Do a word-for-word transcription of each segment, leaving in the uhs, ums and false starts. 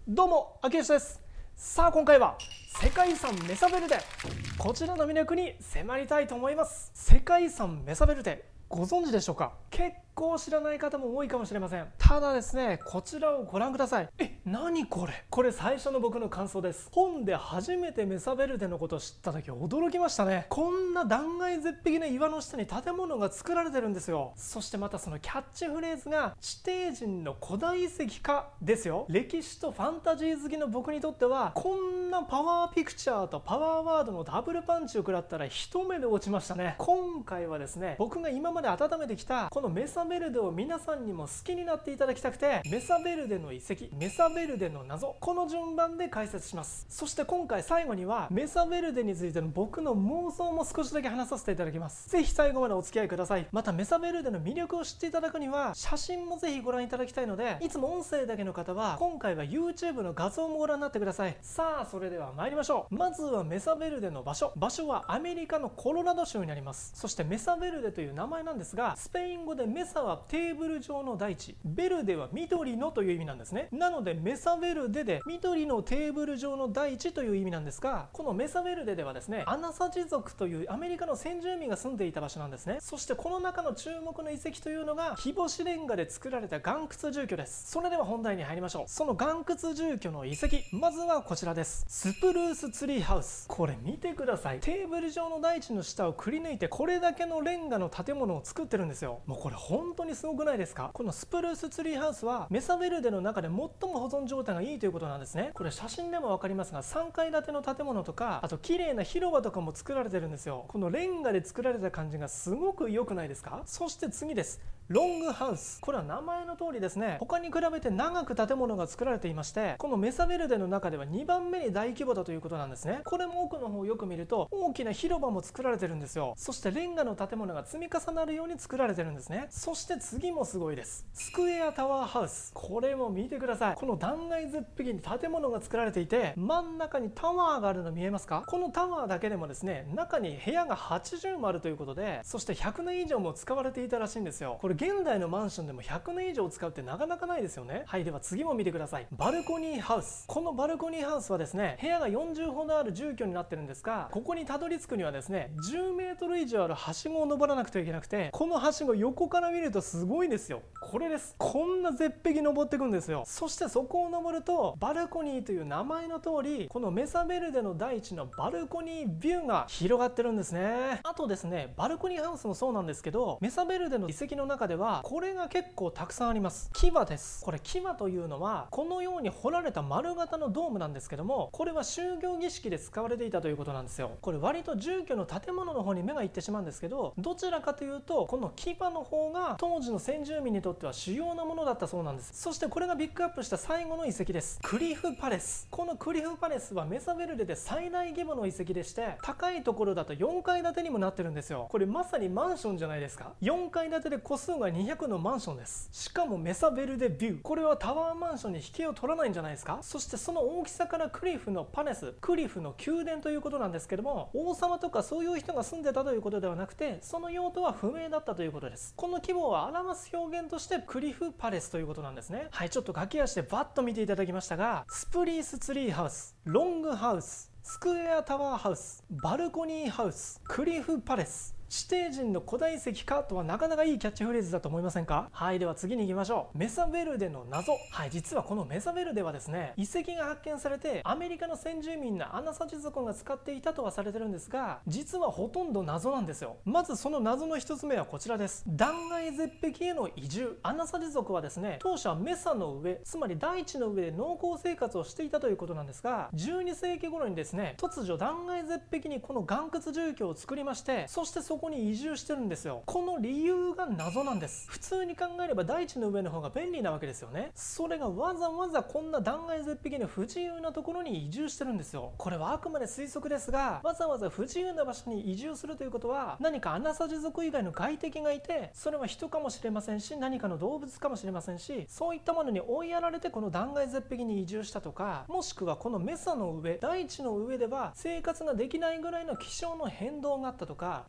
どうも、秋吉です。さあ、今回は世界遺産メサベルデ、こちらの魅力に迫りたいと思います。世界遺産メサベルデ、ご存知でしょうか？結構知らない方も多いかもしれません。ただですね、こちらをご覧ください。え、何これ？これ最初の僕の感想です。本で初めてメサベルデのことを知った時驚きましたね。こんな断崖絶壁の岩の下に建物が作られてるんですよ。そしてまたそのキャッチフレーズが地底人の古代遺跡かですよ。歴史とファンタジー好きの僕にとっては、こんなパワーピクチャーとパワーワードのダブルパンチを食らったら一目で落ちましたね。今回はですね、僕が今まで温めてきたこのメサベルデを皆さんにも好きになっていただきたくて、メサベルデの遺跡、メサベルデの謎、この順番で解説します。そして今回最後にはメサベルデについての僕の妄想も少しだけ話させていただきます。ぜひ最後までお付き合いください。またメサベルデの魅力を知っていただくには写真もぜひご覧いただきたいので、いつも音声だけの方は今回は YouTube の画像もご覧になってください。さあ、それでは参りましょう。まずはメサベルデの場所。場所はアメリカのコロラド州になります。そしてメサベルデという名前なんですが、スペイン語でメサはテーブル状の大地、ベルデは緑のという意味なんですね。なのでメサベルデで緑のテーブル状の大地という意味なんですが、このメサベルデではですね、アナサジ族というアメリカの先住民が住んでいた場所なんですね。そしてこの中の注目の遺跡というのが日干しレンガで作られた岩窟住居です。それでは本題に入りましょう。その岩窟住居の遺跡、まずはこちらです。スプルースツリーハウス。これ見てください。テーブル状の大地の下をくり抜いてこれだけのレンガの建物を作ってるんですよ。もうこれ本当にすごくないですか？このスプルースツリーハウスはメサベルデの中で最も保存状態がいいということなんですね。これ写真でも分かりますが、さんかい建ての建物とか、あと綺麗な広場とかも作られてるんですよ。このレンガで作られた感じがすごく良くないですか？そして次です。ロングハウス。これは名前の通りですね、他に比べて長く建物が作られていまして、このメサベルデの中ではにばんめに大規模だということなんですね。これも奥の方をよく見ると大きな広場も作られてるんですよ。そしてレンガの建物が積み重なるように作られてるんですね。そして次もすごいです。スクエアタワーハウス。これも見てください。この断崖絶壁に建物が作られていて、真ん中にタワーがあるの見えますか？このタワーだけでもですね、中に部屋がはちじゅうもあるということで、そしてひゃくねん以上も使われていたらしいんですよ。これ現代のマンションでもひゃくねん以上使うってなかなかないですよね。はい、では次も見てください。バルコニーハウス。このバルコニーハウスはですね、部屋がよんじゅうほどある住居になってるんですが、ここにたどり着くにはですね、じゅうメートル以上あるはしごを登らなくてはいけなくて、このはしご横から見るとすごいんですよ。これです。こんな絶壁登っていくんですよ。そしてそこを登るとバルコニーという名前の通り、このメサベルデの大地のバルコニービューが広がってるんですね。あとですね、バルコニーハウスもそうなんですけど、メサベルデの遺跡の中ではこれが結構たくさんあります。キバです。これキバというのはこのように掘られた丸型のドームなんですけども、これは宗教儀式で使われていたということなんですよ。これ割と住居の建物の方に目がいってしまうんですけど、どちらかというとこのキバの方が当時の先住民にとっては主要なものだったそうなんです。そしてこれがビッグアップした最後の遺跡です。クリフパレス。このクリフパレスはメサベルデで最大規模の遺跡でして、高いところだとよんかい建てにもなってるんですよ。これまさにマンションじゃないですか。よんかい建てで戸数がにひゃくのマンションです。しかもメサベルデビュー。これはタワーマンションに引けを取らないんじゃないですか。そしてその大きさからクリフのパレス、クリフの宮殿ということなんですけども、王様とかそういう人が住んでたということではなくて、その用途は不明だったということです。この規模を表す表現としてクリフパレスということなんですね。はい、ちょっと駆け足でバッと見ていただきましたが、スプリースツリーハウス、ロングハウス、スクエアタワーハウス、バルコニーハウス、クリフパレス、地底人の古代遺跡かとはなかなかいいキャッチフレーズだと思いませんか？はい、では次に行きましょう。メサベルデの謎。はい、実はこのメサベルデはですね、遺跡が発見されてアメリカの先住民のアナサジ族が使っていたとはされてるんですが、実はほとんど謎なんですよ。まずその謎の一つ目はこちらです。断崖絶壁への移住。アナサジ族はですね、当初はメサの上、つまり大地の上で農耕生活をしていたということなんですが、じゅうにせいき頃にですね、突如断崖絶壁にこの岩窟住居を作りまして、そしてそここに移住してるんですよ。この理由が謎なんです。普通に考えれば大地の上の方が便利なわけですよね。それがわざわざこんな断崖絶壁の不自由なところに移住してるんですよ。これはあくまで推測ですが、わざわざ不自由な場所に移住するということは、何かアナサジ族以外の外敵がいて、それは人かもしれませんし、何かの動物かもしれませんし、そういったものに追いやられてこの断崖絶壁に移住したとか、もしくはこのメサの上、大地の上では生活ができないぐらいの気象の変動があったとか、何か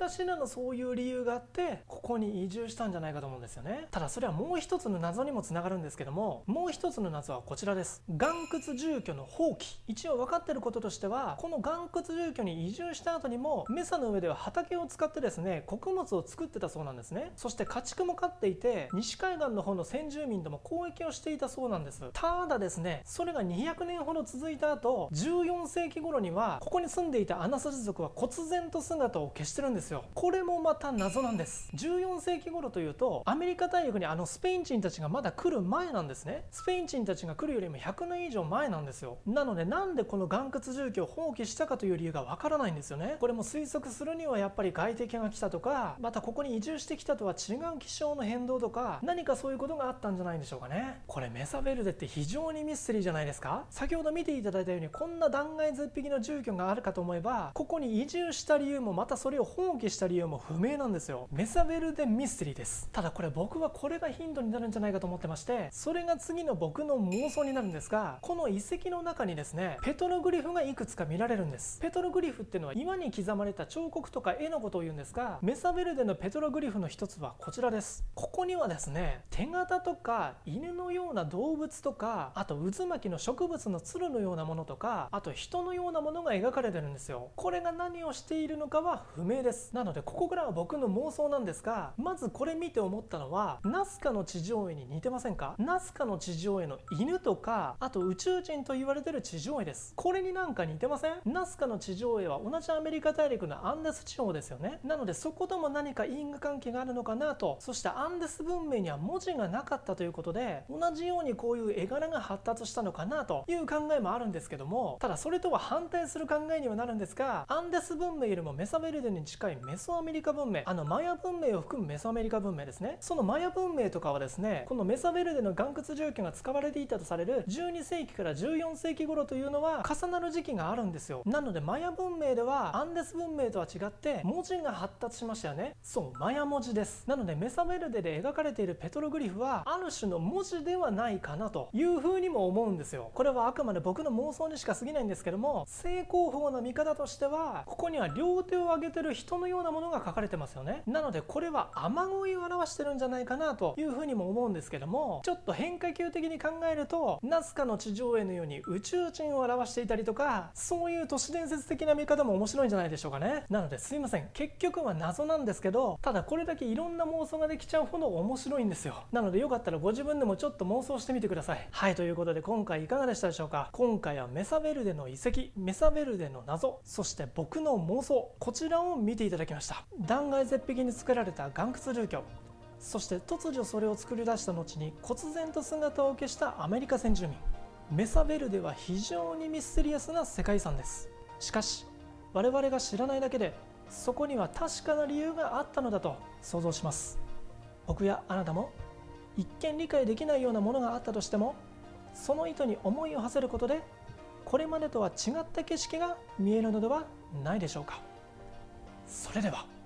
かしらのそういう理由があってここに移住したんじゃないかと思うんですよね。ただそれはもう一つの謎にもつながるんですけども、もう一つの謎はこちらです。岩窟住居の放棄。一応分かっていることとしては、この岩窟住居に移住した後にもメサの上では畑を使ってですね、穀物を作ってたそうなんですね。そして家畜も飼っていて、西海岸の方の先住民とも交易をしていたそうなんです。ただですね、それがにひゃくねんほど続いた後、じゅうよんせいき頃にはここに住んでいたアナサジ族は忽然と姿を消してるんですよ。これもまた謎なんです。じゅうよんせいき頃というと、アメリカ大陸にあのスペイン人たちがまだ来る前なんですね。スペイン人たちが来るよりもひゃくねん以上前なんですよ。なのでなんでこの岩窟住居を放棄したかという理由がわからないんですよね。これも推測するにはやっぱり外敵が来たとか、またここに移住してきたとは違う気象の変動とか、何かそういうことがあったんじゃないんでしょうかね。これメサベルデって非常にミステリーじゃないですか。先ほど見ていただいたようにこんな断崖絶壁の住居があるかと思えば、ここに移住した理由もまたそれを放棄した理由も不明なんですよ。メサベルデミステリーです。ただこれ僕はこれがヒントになるんじゃないかと思ってまして、それが次の僕の妄想になるんですが、この遺跡の中にですね、ペトログリフがいくつか見られるんです。ペトログリフっていうのは岩に刻まれた彫刻とか絵のことを言うんですが、メサベルデのペトログリフの一つはこちらです。ここにはですね、手形とか犬のような動物とか、あと渦巻きの植物のつるのようなものとか、あと人のようなものが描かれてるんですよ。これが何をしているのかは不明です。なのでここからは僕の妄想なんですが、まずこれ見て思ったのは、ナスカの地上絵に似てませんか？ナスカの地上絵の犬とか、あと宇宙人と言われてる地上絵です。これになんか似てません？ナスカの地上絵は同じアメリカ大陸のアンデス地方ですよね。なのでそことも何か因果関係があるのかなと。そしてアンデス文明には文字がなかったということで、同じようにこういう絵柄が発達したのかなという考えもあるんですけども、ただそれとは反対する考えにはなるんですが、アンデス文明よりもメサベルデに近いメソアメリカ文明、あのマヤ文明を含むメソアメリカ文明ですね。そのマヤ文明とかはですね、このメサベルデの岩窟住居が使われていたとされるじゅうにせいきからじゅうよんせいき頃というのは重なる時期があるんですよ。なのでマヤ文明ではアンデス文明とは違って文字が発達しましたよね。そう、マヤ文字です。なのでメサベルデで描かれているペトログリフはある種の文字ではないかなというふうにも思うんですよ。これはあくまで僕の妄想にしか過ぎないんですけども、正攻法の見方としてはここには両手を上げてる人のようなものが書かれてますよね。なのでこれは雨乞いを表してるんじゃないかなというふうにも思うんですけども、ちょっと変化球的に考えるとナスカの地上絵のように宇宙人を表していたりとか、そういう都市伝説的な見方も面白いんじゃないでしょうかね。なのですいません、結局は謎なんですけど、ただこれだけいろんな妄想ができちゃうほど面白いんですよ。なのでよかったらご自分でもちょっと妄想してみてください。はい、ということで今回いかがでしたでしょうか。今回はメサベルデの遺跡、メサベルデの謎、そして僕の妄想、こちらを見ていただきました。断崖絶壁に作られた岩窟住居、そして突如それを作り出した後に忽然と姿を消したアメリカ先住民。メサベルデは非常にミステリアスな世界遺産です。しかし我々が知らないだけでそこには確かな理由があったのだと想像します。僕やあなたも一見理解できないようなものがあったとしても、その意図に思いを馳せることでこれまでとは違った景色が見えるのではないでしょうか。それでは。